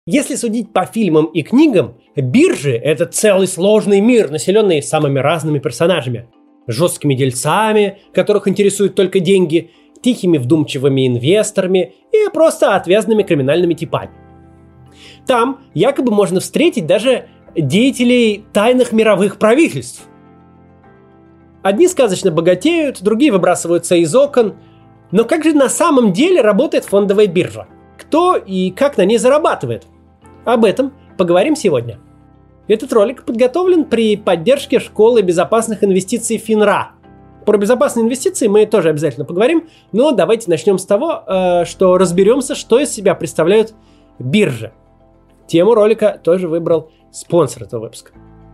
Если судить по фильмам и книгам, биржи – это целый сложный мир, населенный самыми разными персонажами. Жесткими дельцами, которых интересуют только деньги, тихими вдумчивыми инвесторами и просто отвязными криминальными типами. Там якобы можно встретить даже деятелей тайных мировых правительств. Одни сказочно богатеют, другие выбрасываются из окон. Но как же на самом деле работает фондовая биржа? Кто и как на ней зарабатывает? Об этом поговорим сегодня. Этот ролик подготовлен при поддержке школы безопасных инвестиций Финра. Про безопасные инвестиции мы тоже обязательно поговорим, но давайте начнем с того, что разберемся, что из себя представляют биржи. Тему ролика тоже выбрал спонсор этого выпуска.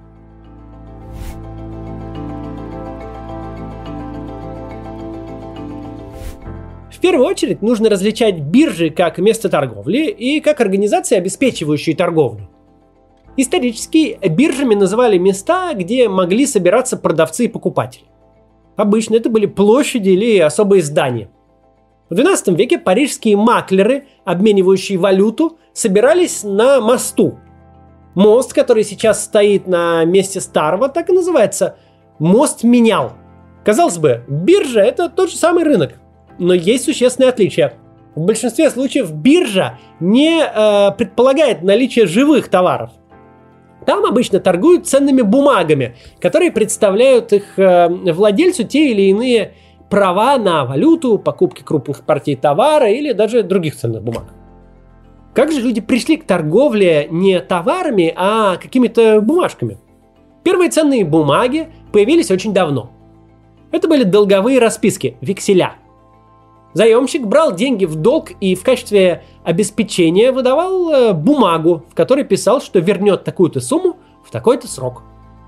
В первую очередь нужно различать биржи как место торговли и как организации, обеспечивающие торговлю. Исторически биржами называли места, где могли собираться продавцы и покупатели. Обычно это были площади или особые здания. В XII веке парижские маклеры, обменивающие валюту, собирались на мосту. Мост, который сейчас стоит на месте старого, так и называется – мост менял. Казалось бы, биржа – это тот же самый рынок. Но есть существенные отличия. В большинстве случаев биржа не предполагает наличие живых товаров. Там обычно торгуют ценными бумагами, которые представляют их владельцу те или иные права на валюту, покупки крупных партий товара или даже других ценных бумаг. Как же люди пришли к торговле не товарами, а какими-то бумажками? Первые ценные бумаги появились очень давно. Это были долговые расписки, векселя. Заемщик брал деньги в долг и в качестве обеспечения выдавал бумагу, в которой писал, что вернет такую-то сумму в такой-то срок.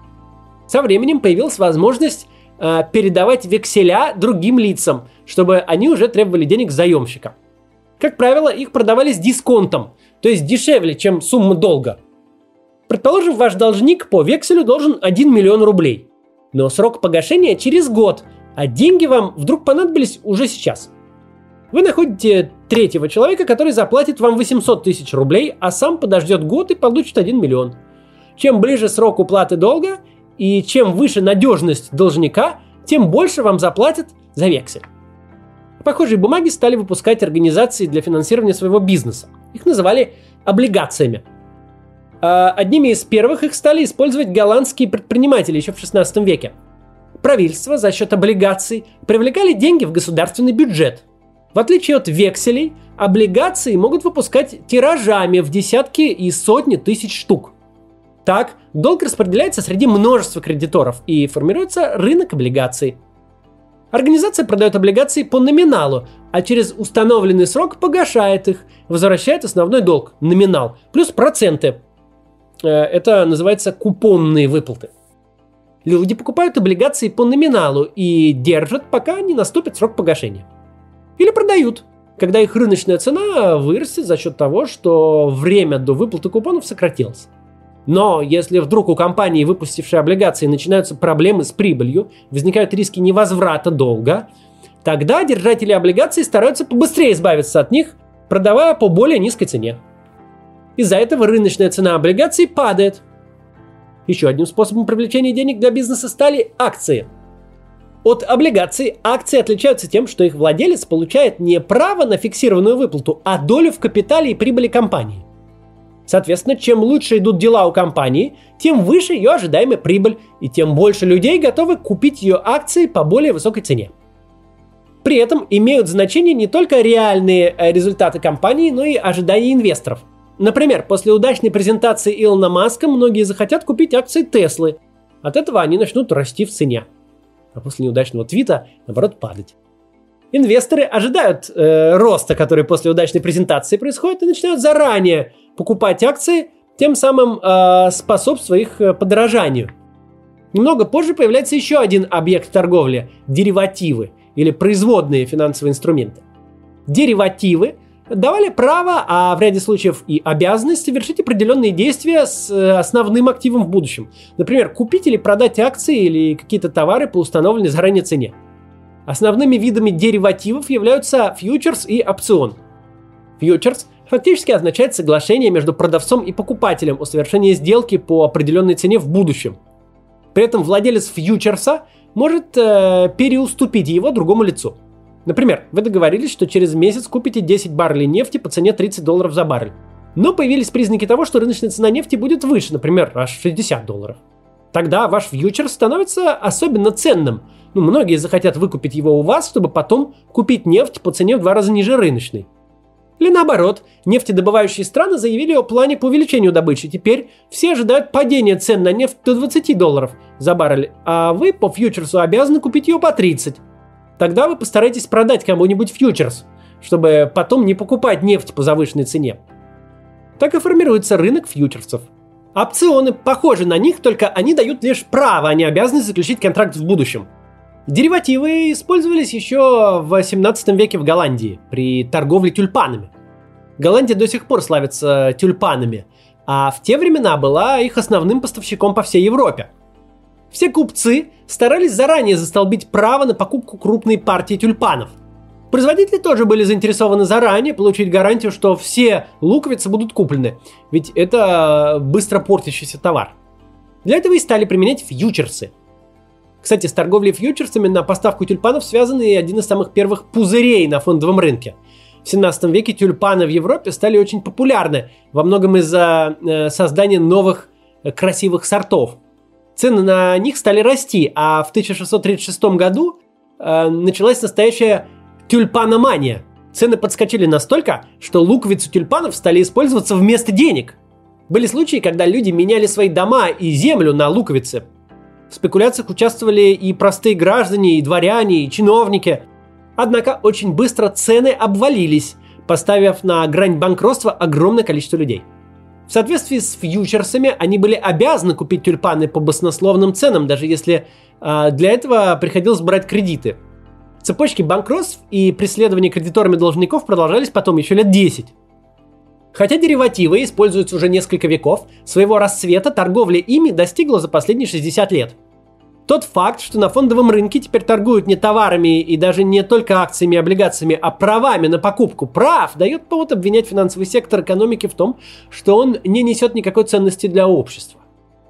Со временем появилась возможность передавать векселя другим лицам, чтобы они уже требовали денег с заемщика. Как правило, их продавали с дисконтом, то есть дешевле, чем сумма долга. Предположим, ваш должник по векселю должен 1 миллион рублей, но срок погашения через год, а деньги вам вдруг понадобились уже сейчас. Вы находите третьего человека, который заплатит вам 800 тысяч рублей, а сам подождет год и получит 1 миллион. Чем ближе срок уплаты долга и чем выше надежность должника, тем больше вам заплатят за вексель. Похожие бумаги стали выпускать организации для финансирования своего бизнеса. Их называли облигациями. Одними из первых их стали использовать голландские предприниматели еще в XVI веке. Правительства за счет облигаций привлекали деньги в государственный бюджет. В отличие от векселей, облигации могут выпускать тиражами в десятки и сотни тысяч штук. Так, долг распределяется среди множества кредиторов и формируется рынок облигаций. Организация продает облигации по номиналу, а через установленный срок погашает их, возвращает основной долг, номинал, плюс проценты. Это называется купонные выплаты. Люди покупают облигации по номиналу и держат, пока не наступит срок погашения. Или продают, когда их рыночная цена вырастет за счет того, что время до выплаты купонов сократилось. Но если вдруг у компании, выпустившей облигации, начинаются проблемы с прибылью, возникают риски невозврата долга, тогда держатели облигаций стараются побыстрее избавиться от них, продавая по более низкой цене. Из-за этого рыночная цена облигаций падает. Еще одним способом привлечения денег для бизнеса стали акции. От облигаций акции отличаются тем, что их владелец получает не право на фиксированную выплату, а долю в капитале и прибыли компании. Соответственно, чем лучше идут дела у компании, тем выше ее ожидаемая прибыль, и тем больше людей готовы купить ее акции по более высокой цене. При этом имеют значение не только реальные результаты компании, но и ожидания инвесторов. Например, после удачной презентации Илона Маска многие захотят купить акции Теслы. От этого они начнут расти в цене. А после неудачного твита, наоборот, падать. Инвесторы ожидают роста, который после удачной презентации происходит, и начинают заранее покупать акции, тем самым способствуя их подорожанию. Немного позже появляется еще один объект торговли – деривативы или производные финансовые инструменты. Деривативы давали право, а в ряде случаев и обязанность совершить определенные действия с основным активом в будущем. Например, купить или продать акции или какие-то товары по установленной заранее цене. Основными видами деривативов являются фьючерс и опцион. Фьючерс фактически означает соглашение между продавцом и покупателем о совершении сделки по определенной цене в будущем. При этом владелец фьючерса может переуступить его другому лицу. Например, вы договорились, что через месяц купите 10 баррелей нефти по цене $30 за баррель. Но появились признаки того, что рыночная цена нефти будет выше, например, аж $60. Тогда ваш фьючерс становится особенно ценным. Многие захотят выкупить его у вас, чтобы потом купить нефть по цене в 2 раза ниже рыночной. Или наоборот, нефтедобывающие страны заявили о плане по увеличению добычи. Теперь все ожидают падения цен на нефть до $20 за баррель, а вы по фьючерсу обязаны купить ее по 30. Тогда вы постарайтесь продать кому-нибудь фьючерс, чтобы потом не покупать нефть по завышенной цене. Так и формируется рынок фьючерсов. Опционы похожи на них, только они дают лишь право, а не обязанность заключить контракт в будущем. Деривативы использовались еще в 17 веке в Голландии при торговле тюльпанами. Голландия до сих пор славится тюльпанами, а в те времена была их основным поставщиком по всей Европе. Все купцы старались заранее застолбить право на покупку крупной партии тюльпанов. Производители тоже были заинтересованы заранее получить гарантию, что все луковицы будут куплены, ведь это быстро портящийся товар. Для этого и стали применять фьючерсы. Кстати, с торговлей фьючерсами на поставку тюльпанов связан и один из самых первых пузырей на фондовом рынке. В 17 веке тюльпаны в Европе стали очень популярны, во многом из-за создания новых красивых сортов. Цены на них стали расти, а в 1636 году началась настоящая тюльпаномания. Цены подскочили настолько, что луковицы тюльпанов стали использоваться вместо денег. Были случаи, когда люди меняли свои дома и землю на луковицы. В спекуляциях участвовали и простые граждане, и дворяне, и чиновники. Однако очень быстро цены обвалились, поставив на грань банкротства огромное количество людей. В соответствии с фьючерсами они были обязаны купить тюльпаны по баснословным ценам, даже если для этого приходилось брать кредиты. Цепочки банкротств и преследования кредиторами должников продолжались потом еще лет 10. Хотя деривативы используются уже несколько веков, своего расцвета торговля ими достигла за последние 60 лет. Тот факт, что на фондовом рынке теперь торгуют не товарами и даже не только акциями и облигациями, а правами на покупку прав, дает повод обвинять финансовый сектор экономики в том, что он не несет никакой ценности для общества.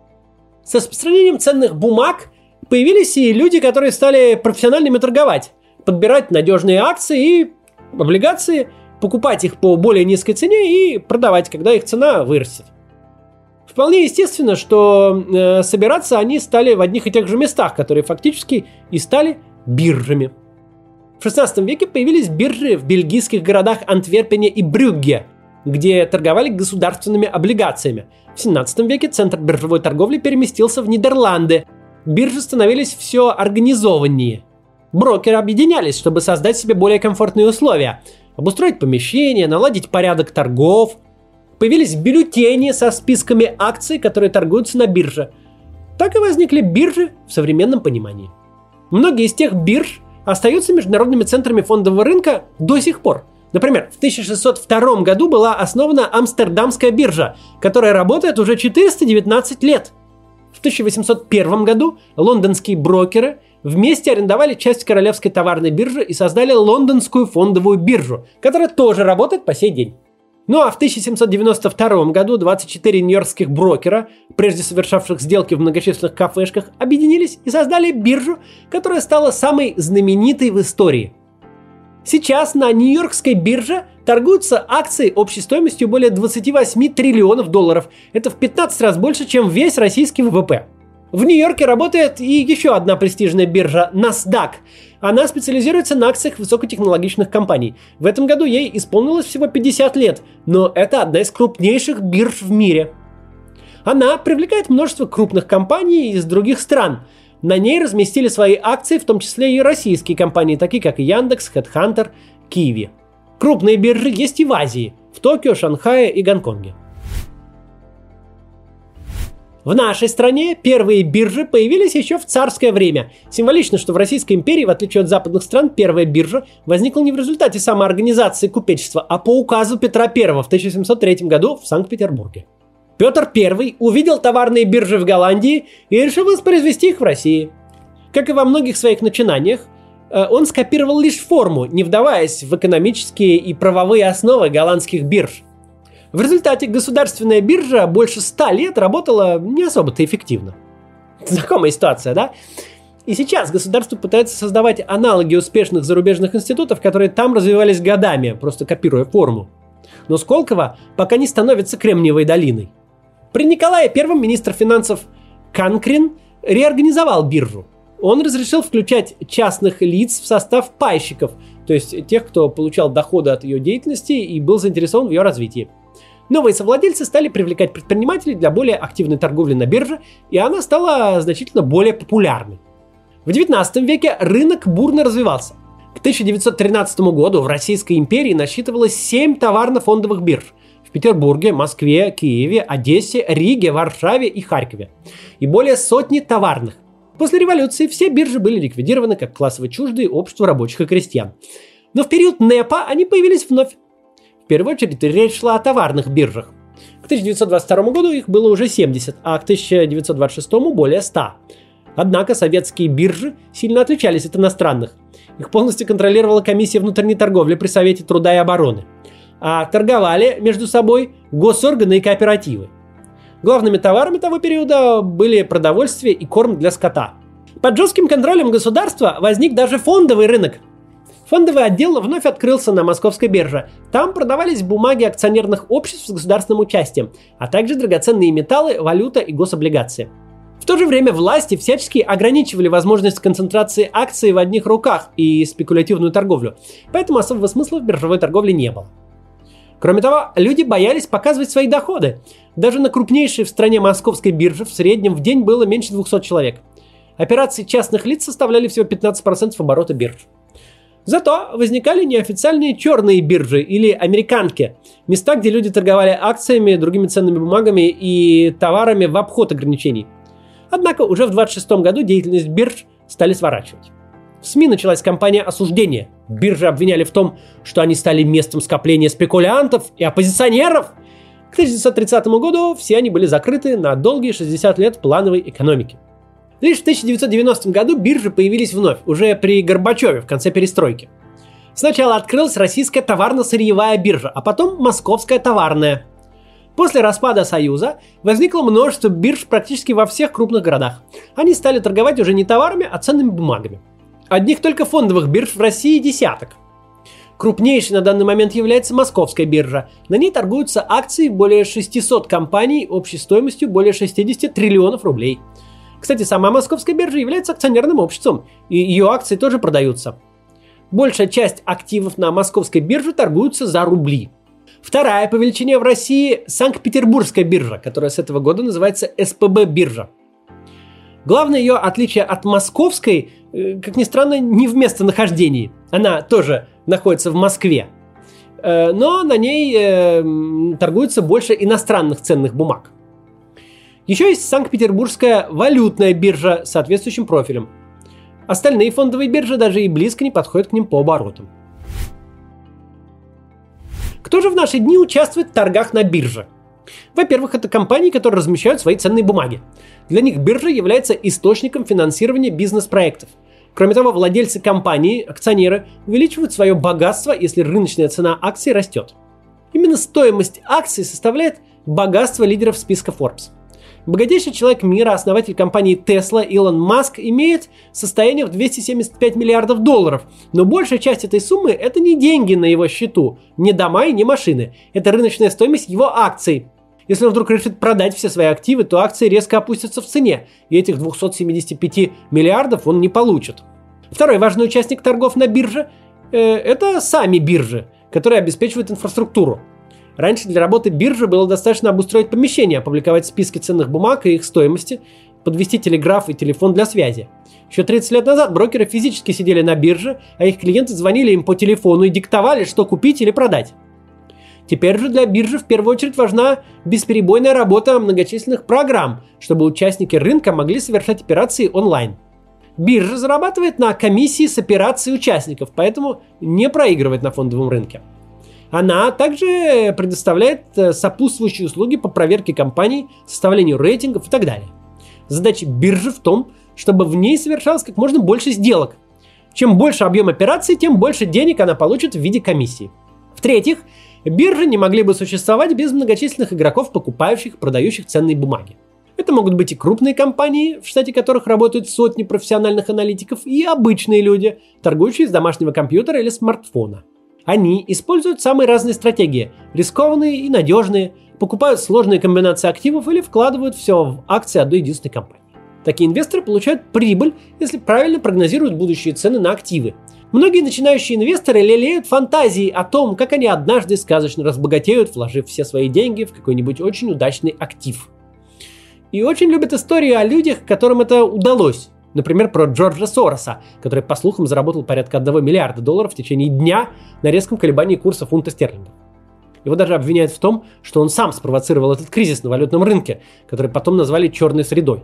С распространением ценных бумаг появились и люди, которые стали профессиональными торговать, подбирать надежные акции и облигации, покупать их по более низкой цене и продавать, когда их цена вырастет. Вполне естественно, что собираться они стали в одних и тех же местах, которые фактически и стали биржами. В 16 веке появились биржи в бельгийских городах Антверпене и Брюгге, где торговали государственными облигациями. В 17 веке центр биржевой торговли переместился в Нидерланды. Биржи становились все организованнее. Брокеры объединялись, чтобы создать себе более комфортные условия, обустроить помещения, наладить порядок торгов. Появились бюллетени со списками акций, которые торгуются на бирже. Так и возникли биржи в современном понимании. Многие из тех бирж остаются международными центрами фондового рынка до сих пор. Например, в 1602 году была основана Амстердамская биржа, которая работает уже 419 лет. В 1801 году лондонские брокеры вместе арендовали часть Королевской товарной биржи и создали Лондонскую фондовую биржу, которая тоже работает по сей день. Ну а в 1792 году 24 нью-йоркских брокера, прежде совершавших сделки в многочисленных кафешках, объединились и создали биржу, которая стала самой знаменитой в истории. Сейчас на Нью-Йоркской бирже торгуются акции общей стоимостью более 28 триллионов долларов. Это в 15 раз больше, чем весь российский ВВП. В Нью-Йорке работает и еще одна престижная биржа NASDAQ. Она специализируется на акциях высокотехнологичных компаний. В этом году ей исполнилось всего 50 лет, но это одна из крупнейших бирж в мире. Она привлекает множество крупных компаний из других стран. На ней разместили свои акции, в том числе и российские компании, такие как Яндекс, HeadHunter, Kiwi. Крупные биржи есть и в Азии, в Токио, Шанхае и Гонконге. В нашей стране первые биржи появились еще в царское время. Символично, что в Российской империи, в отличие от западных стран, первая биржа возникла не в результате самоорганизации купечества, а по указу Петра I в 1703 году в Санкт-Петербурге. Петр I увидел товарные биржи в Голландии и решил воспроизвести их в России. Как и во многих своих начинаниях, он скопировал лишь форму, не вдаваясь в экономические и правовые основы голландских бирж. В результате государственная биржа больше 100 лет работала не особо-то эффективно. Знакомая ситуация, да? И сейчас государство пытается создавать аналоги успешных зарубежных институтов, которые там развивались годами, просто копируя форму. Но Сколково пока не становится Кремниевой долиной. При Николае I министр финансов Канкрин реорганизовал биржу. Он разрешил включать частных лиц в состав пайщиков, то есть тех, кто получал доходы от ее деятельности и был заинтересован в ее развитии. Новые совладельцы стали привлекать предпринимателей для более активной торговли на бирже, и она стала значительно более популярной. В XIX веке рынок бурно развивался. К 1913 году в Российской империи насчитывалось 7 товарно-фондовых бирж в Петербурге, Москве, Киеве, Одессе, Риге, Варшаве и Харькове. И более сотни товарных. После революции все биржи были ликвидированы как классово чуждые обществу рабочих и крестьян. Но в период НЭПа они появились вновь. В первую очередь речь шла о товарных биржах. К 1922 году их было уже 70, а к 1926 более 100. Однако советские биржи сильно отличались от иностранных. Их полностью контролировала комиссия внутренней торговли при Совете труда и обороны. А торговали между собой госорганы и кооперативы. Главными товарами того периода были продовольствие и корм для скота. Под жестким контролем государства возник даже фондовый рынок. Фондовый отдел вновь открылся на Московской бирже. Там продавались бумаги акционерных обществ с государственным участием, а также драгоценные металлы, валюта и гособлигации. В то же время власти всячески ограничивали возможность концентрации акций в одних руках и спекулятивную торговлю, поэтому особого смысла в биржевой торговле не было. Кроме того, люди боялись показывать свои доходы. Даже на крупнейшей в стране Московской бирже в среднем в день было меньше 200 человек. Операции частных лиц составляли всего 15% оборота бирж. Зато возникали неофициальные черные биржи или американки, места, где люди торговали акциями, другими ценными бумагами и товарами в обход ограничений. Однако уже в 1926 году деятельность бирж стали сворачивать. В СМИ началась кампания осуждения. Биржи обвиняли в том, что они стали местом скопления спекулянтов и оппозиционеров. К 1930 году все они были закрыты на долгие 60 лет плановой экономики. Лишь в 1990 году биржи появились вновь, уже при Горбачеве в конце перестройки. Сначала открылась Российская товарно-сырьевая биржа, а потом Московская товарная. После распада Союза возникло множество бирж практически во всех крупных городах. Они стали торговать уже не товарами, а ценными бумагами. Одних только фондовых бирж в России десяток. Крупнейшей на данный момент является Московская биржа. На ней торгуются акции более 600 компаний общей стоимостью более 60 триллионов рублей. Кстати, сама Московская биржа является акционерным обществом, и ее акции тоже продаются. Большая часть активов на Московской бирже торгуются за рубли. Вторая по величине в России – Санкт-Петербургская биржа, которая с этого года называется СПБ биржа. Главное ее отличие от московской, как ни странно, не в местонахождении. Она тоже находится в Москве. Но на ней торгуется больше иностранных ценных бумаг. Еще есть Санкт-Петербургская валютная биржа с соответствующим профилем. Остальные фондовые биржи даже и близко не подходят к ним по оборотам. Кто же в наши дни участвует в торгах на бирже? Во-первых, это компании, которые размещают свои ценные бумаги. Для них биржа является источником финансирования бизнес-проектов. Кроме того, владельцы компании, акционеры, увеличивают свое богатство, если рыночная цена акций растет. Именно стоимость акций составляет богатство лидеров списка Forbes. Богатейший человек мира, основатель компании Tesla Илон Маск, имеет состояние в 275 миллиардов долларов, но большая часть этой суммы – это не деньги на его счету, не дома и не машины. Это рыночная стоимость его акций. Если он вдруг решит продать все свои активы, то акции резко опустятся в цене, и этих 275 миллиардов он не получит. Второй важный участник торгов на бирже – это сами биржи, которые обеспечивают инфраструктуру. Раньше для работы биржи было достаточно обустроить помещение, опубликовать списки ценных бумаг и их стоимости, подвести телеграф и телефон для связи. Еще 30 лет назад брокеры физически сидели на бирже, а их клиенты звонили им по телефону и диктовали, что купить или продать. Теперь же для биржи в первую очередь важна бесперебойная работа многочисленных программ, чтобы участники рынка могли совершать операции онлайн. Биржа зарабатывает на комиссии с операций участников, поэтому не проигрывает на фондовом рынке. Она также предоставляет сопутствующие услуги по проверке компаний, составлению рейтингов и так далее. Задача биржи в том, чтобы в ней совершалось как можно больше сделок. Чем больше объем операций, тем больше денег она получит в виде комиссии. В-третьих, Биржи не могли бы существовать без многочисленных игроков, покупающих и продающих ценные бумаги. Это могут быть и крупные компании, в штате которых работают сотни профессиональных аналитиков, и обычные люди, торгующие с домашнего компьютера или смартфона. Они используют самые разные стратегии, рискованные и надежные, покупают сложные комбинации активов или вкладывают все в акции одной единственной компании. Такие инвесторы получают прибыль, если правильно прогнозируют будущие цены на активы. Многие начинающие инвесторы лелеют фантазии о том, как они однажды сказочно разбогатеют, вложив все свои деньги в какой-нибудь очень удачный актив. И очень любят истории о людях, которым это удалось. Например, про Джорджа Сороса, который, по слухам, заработал порядка $1 миллиарда в течение дня на резком колебании курса фунта стерлингов. Его даже обвиняют в том, что он сам спровоцировал этот кризис на валютном рынке, который потом назвали «черной средой».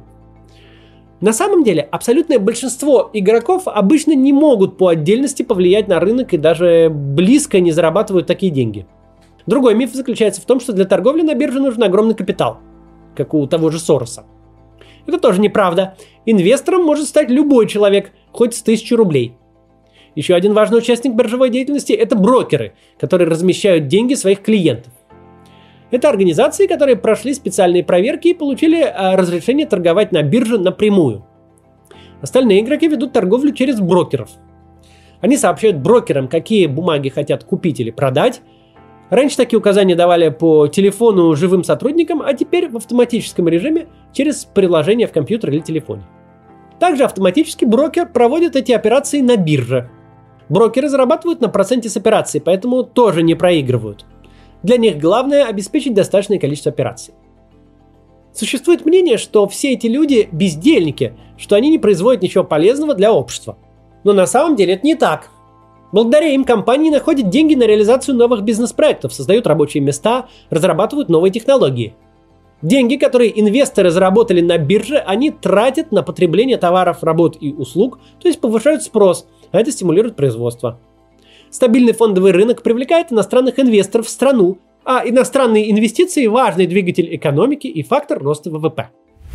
На самом деле, абсолютное большинство игроков обычно не могут по отдельности повлиять на рынок и даже близко не зарабатывают такие деньги. Другой миф заключается в том, что для торговли на бирже нужен огромный капитал, как у того же Сороса. Это тоже неправда. Инвестором может стать любой человек, хоть с 1000 рублей. Еще один важный участник биржевой деятельности – это брокеры, которые размещают деньги своих клиентов. Это организации, которые прошли специальные проверки и получили разрешение торговать на бирже напрямую. Остальные игроки ведут торговлю через брокеров. Они сообщают брокерам, какие бумаги хотят купить или продать. Раньше такие указания давали по телефону живым сотрудникам, а теперь в автоматическом режиме через приложение в компьютер или телефоне. Также автоматически брокер проводит эти операции на бирже. Брокеры зарабатывают на проценте с операций, поэтому тоже не проигрывают. Для них главное обеспечить достаточное количество операций. Существует мнение, что все эти люди бездельники, что они не производят ничего полезного для общества. Но на самом деле это не так. Благодаря им компании находят деньги на реализацию новых бизнес-проектов, создают рабочие места, разрабатывают новые технологии. Деньги, которые инвесторы заработали на бирже, они тратят на потребление товаров, работ и услуг, то есть повышают спрос, а это стимулирует производство. Стабильный фондовый рынок привлекает иностранных инвесторов в страну, а иностранные инвестиции – важный двигатель экономики и фактор роста ВВП.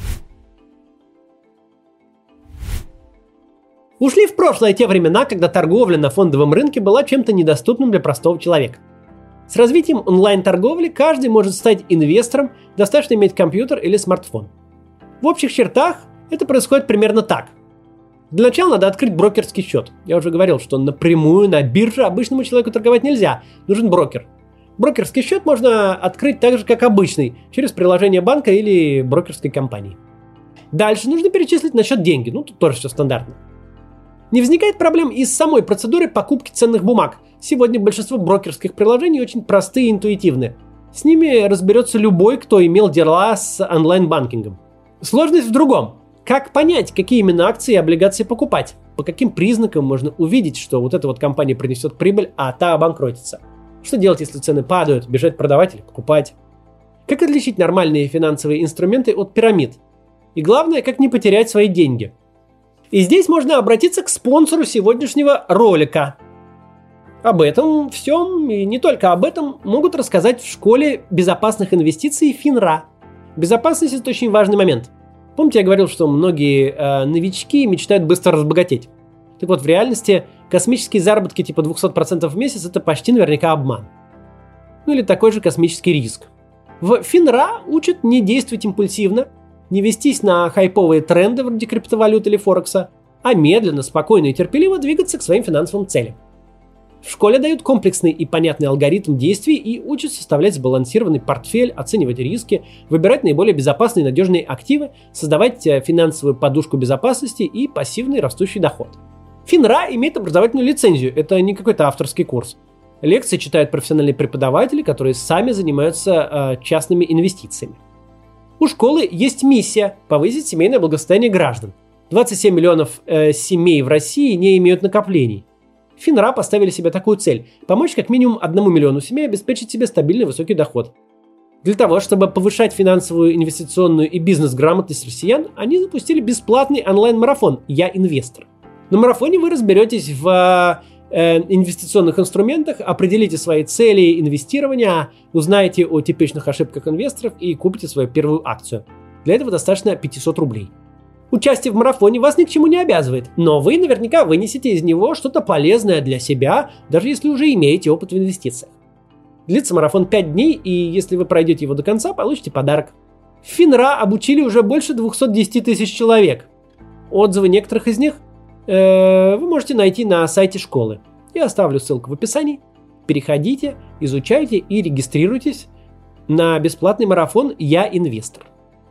Ушли в прошлое те времена, когда торговля на фондовом рынке была чем-то недоступным для простого человека. С развитием онлайн-торговли каждый может стать инвестором, достаточно иметь компьютер или смартфон. В общих чертах это происходит примерно так. Для начала надо открыть брокерский счет. Я уже говорил, что напрямую на бирже обычному человеку торговать нельзя, нужен брокер. Брокерский счет можно открыть так же, как обычный, через приложение банка или брокерской компании. Дальше нужно перечислить на счет деньги, тут тоже все стандартно. Не возникает проблем и с самой процедурой покупки ценных бумаг. Сегодня большинство брокерских приложений очень простые и интуитивны. С ними разберется любой, кто имел дела с онлайн-банкингом. Сложность в другом. Как понять, какие именно акции и облигации покупать? По каким признакам можно увидеть, что вот эта вот компания принесет прибыль, а та обанкротится? Что делать, если цены падают? Бежать продавать или покупать? Как отличить нормальные финансовые инструменты от пирамид? И главное, как не потерять свои деньги? И здесь можно обратиться к спонсору сегодняшнего ролика. Об этом всем и не только об этом могут рассказать в школе безопасных инвестиций Финра. Безопасность – это очень важный момент. Помните, я говорил, что многие новички мечтают быстро разбогатеть. Так вот, в реальности космические заработки типа 200% в месяц – это почти наверняка обман. Или такой же космический риск. В Финра учат не действовать импульсивно, не вестись на хайповые тренды вроде криптовалют или Форекса, а медленно, спокойно и терпеливо двигаться к своим финансовым целям. В школе дают комплексный и понятный алгоритм действий и учат составлять сбалансированный портфель, оценивать риски, выбирать наиболее безопасные и надежные активы, создавать финансовую подушку безопасности и пассивный растущий доход. Финра имеет образовательную лицензию, это не какой-то авторский курс. Лекции читают профессиональные преподаватели, которые сами занимаются частными инвестициями. У школы есть миссия – повысить семейное благосостояние граждан. 27 миллионов семей в России не имеют накоплений. Финра поставили себе такую цель – помочь как минимум 1 миллиону семей обеспечить себе стабильный высокий доход. Для того, чтобы повышать финансовую, инвестиционную и бизнес-грамотность россиян, они запустили бесплатный онлайн-марафон «Я инвестор». На марафоне вы разберетесь в инвестиционных инструментах, определите свои цели инвестирования, узнаете о типичных ошибках инвесторов и купите свою первую акцию. Для этого достаточно 500 рублей. Участие в марафоне вас ни к чему не обязывает, но вы наверняка вынесете из него что-то полезное для себя, даже если уже имеете опыт в инвестициях. Длится марафон 5 дней, и если вы пройдете его до конца, получите подарок. В Финра обучили уже больше 210 тысяч человек. Отзывы некоторых из них вы можете найти на сайте школы. Я оставлю ссылку в описании. Переходите, изучайте и регистрируйтесь на бесплатный марафон «Я инвестор».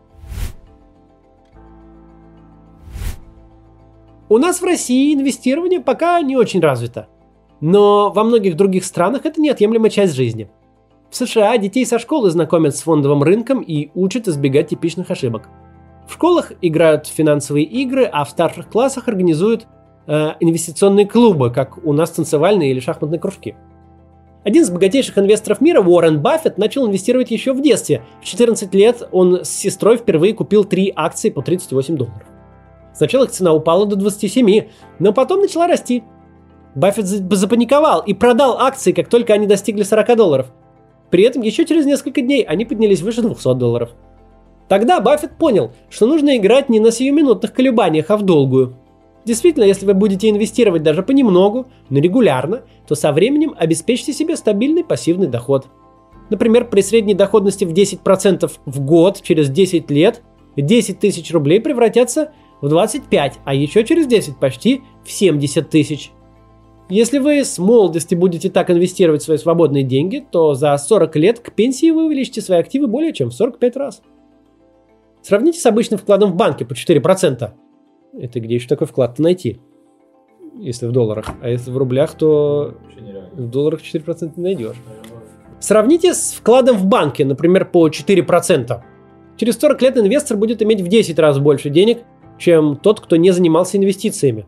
У нас в России инвестирование пока не очень развито. Но во многих других странах это неотъемлемая часть жизни. В США детей со школы знакомят с фондовым рынком и учат избегать типичных ошибок. В школах играют в финансовые игры, а в старших классах организуют инвестиционные клубы, как у нас танцевальные или шахматные кружки. Один из богатейших инвесторов мира, Уоррен Баффет, начал инвестировать еще в детстве. В 14 лет он с сестрой впервые купил 3 акции по $38. Сначала их цена упала до 27, но потом начала расти. Баффет запаниковал и продал акции, как только они достигли $40. При этом еще через несколько дней они поднялись выше $200. Тогда Баффет понял, что нужно играть не на сиюминутных колебаниях, а в долгую. Действительно, если вы будете инвестировать даже понемногу, но регулярно, то со временем обеспечите себе стабильный пассивный доход. Например, при средней доходности в 10% в год через 10 лет 10 тысяч рублей превратятся в 25, а еще через 10 почти в 70 тысяч. Если вы с молодости будете так инвестировать свои свободные деньги, то за 40 лет к пенсии вы увеличите свои активы более чем в 45 раз. Сравните с обычным вкладом в банке по 4%. Это где еще такой вклад-то найти? Если в долларах. А если в рублях, то в долларах 4% не найдешь. Сравните с вкладом в банке, например, по 4%. Через 40 лет инвестор будет иметь в 10 раз больше денег, чем тот, кто не занимался инвестициями.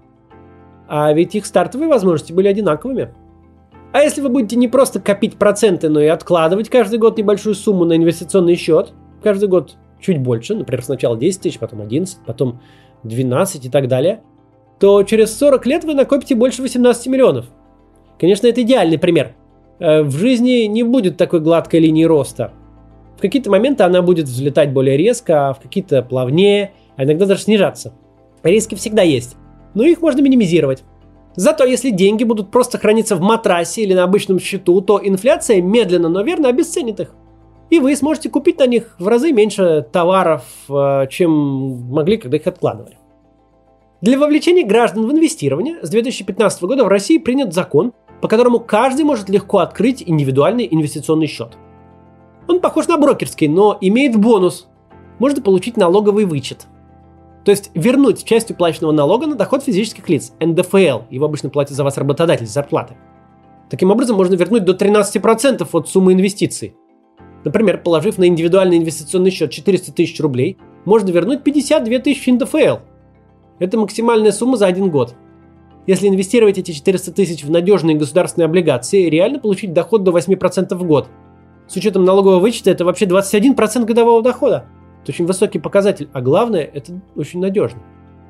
А ведь их стартовые возможности были одинаковыми. А если вы будете не просто копить проценты, но и откладывать каждый год небольшую сумму на инвестиционный счет, каждый год чуть больше, например, сначала 10 тысяч, потом 11, потом 12 и так далее, то через 40 лет вы накопите больше 18 миллионов. Конечно, это идеальный пример. В жизни не будет такой гладкой линии роста. В какие-то моменты она будет взлетать более резко, а в какие-то плавнее, а иногда даже снижаться. Риски всегда есть, но их можно минимизировать. Зато если деньги будут просто храниться в матрасе или на обычном счету, то инфляция медленно, но верно обесценит их. И вы сможете купить на них в разы меньше товаров, чем могли, когда их откладывали. Для вовлечения граждан в инвестирование с 2015 года в России принят закон, по которому каждый может легко открыть индивидуальный инвестиционный счет. Он похож на брокерский, но имеет бонус. Можно получить налоговый вычет. То есть вернуть часть уплаченного налога на доход физических лиц, НДФЛ. Его обычно платит за вас работодатель с зарплаты. Таким образом, можно вернуть до 13% от суммы инвестиций. Например, положив на индивидуальный инвестиционный счет 400 тысяч рублей, можно вернуть 52 тысячи НДФЛ. Это максимальная сумма за 1 год. Если инвестировать эти 400 тысяч в надежные государственные облигации, реально получить доход до 8% в год. С учетом налогового вычета это вообще 21% годового дохода. Это очень высокий показатель, а главное, это очень надежно.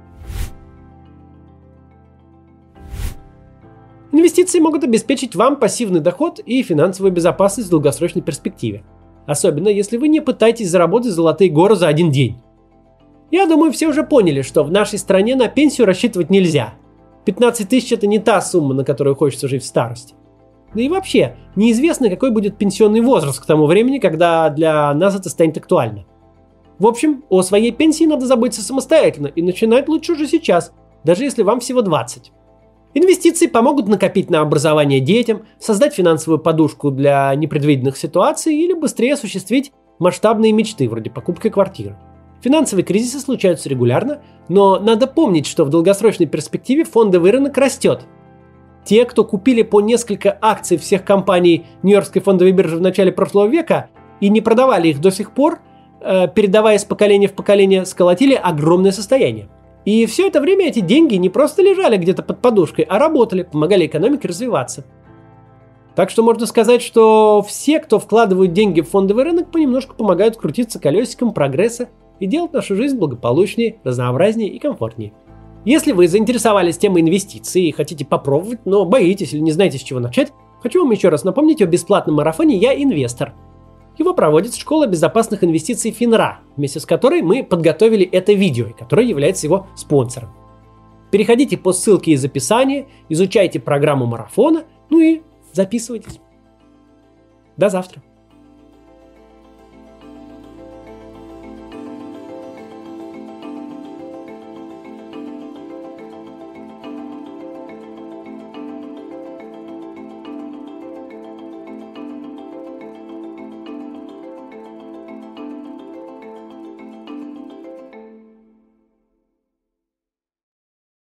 Инвестиции могут обеспечить вам пассивный доход и финансовую безопасность в долгосрочной перспективе. Особенно, если вы не пытаетесь заработать золотые горы за один день. Я думаю, все уже поняли, что в нашей стране на пенсию рассчитывать нельзя. 15 тысяч – это не та сумма, на которую хочется жить в старости. Да и вообще, неизвестно, какой будет пенсионный возраст к тому времени, когда для нас это станет актуально. В общем, о своей пенсии надо заботиться самостоятельно и начинать лучше уже сейчас, даже если вам всего 20. Инвестиции помогут накопить на образование детям, создать финансовую подушку для непредвиденных ситуаций или быстрее осуществить масштабные мечты, вроде покупки квартиры. Финансовые кризисы случаются регулярно, но надо помнить, что в долгосрочной перспективе фондовый рынок растет. Те, кто купили по несколько акций всех компаний Нью-Йоркской фондовой биржи в начале прошлого века и не продавали их до сих пор, передавая с поколения в поколение, сколотили огромное состояние. И все это время эти деньги не просто лежали где-то под подушкой, а работали, помогали экономике развиваться. Так что можно сказать, что все, кто вкладывают деньги в фондовый рынок, понемножку помогают крутиться колесиком прогресса и делать нашу жизнь благополучнее, разнообразнее и комфортнее. Если вы заинтересовались темой инвестиций и хотите попробовать, но боитесь или не знаете, с чего начать, хочу вам еще раз напомнить о бесплатном марафоне «Я инвестор». Его проводит Школа безопасных инвестиций Финра, вместе с которой мы подготовили это видео, которое является его спонсором. Переходите по ссылке из описания, изучайте программу марафона, ну и записывайтесь. До завтра.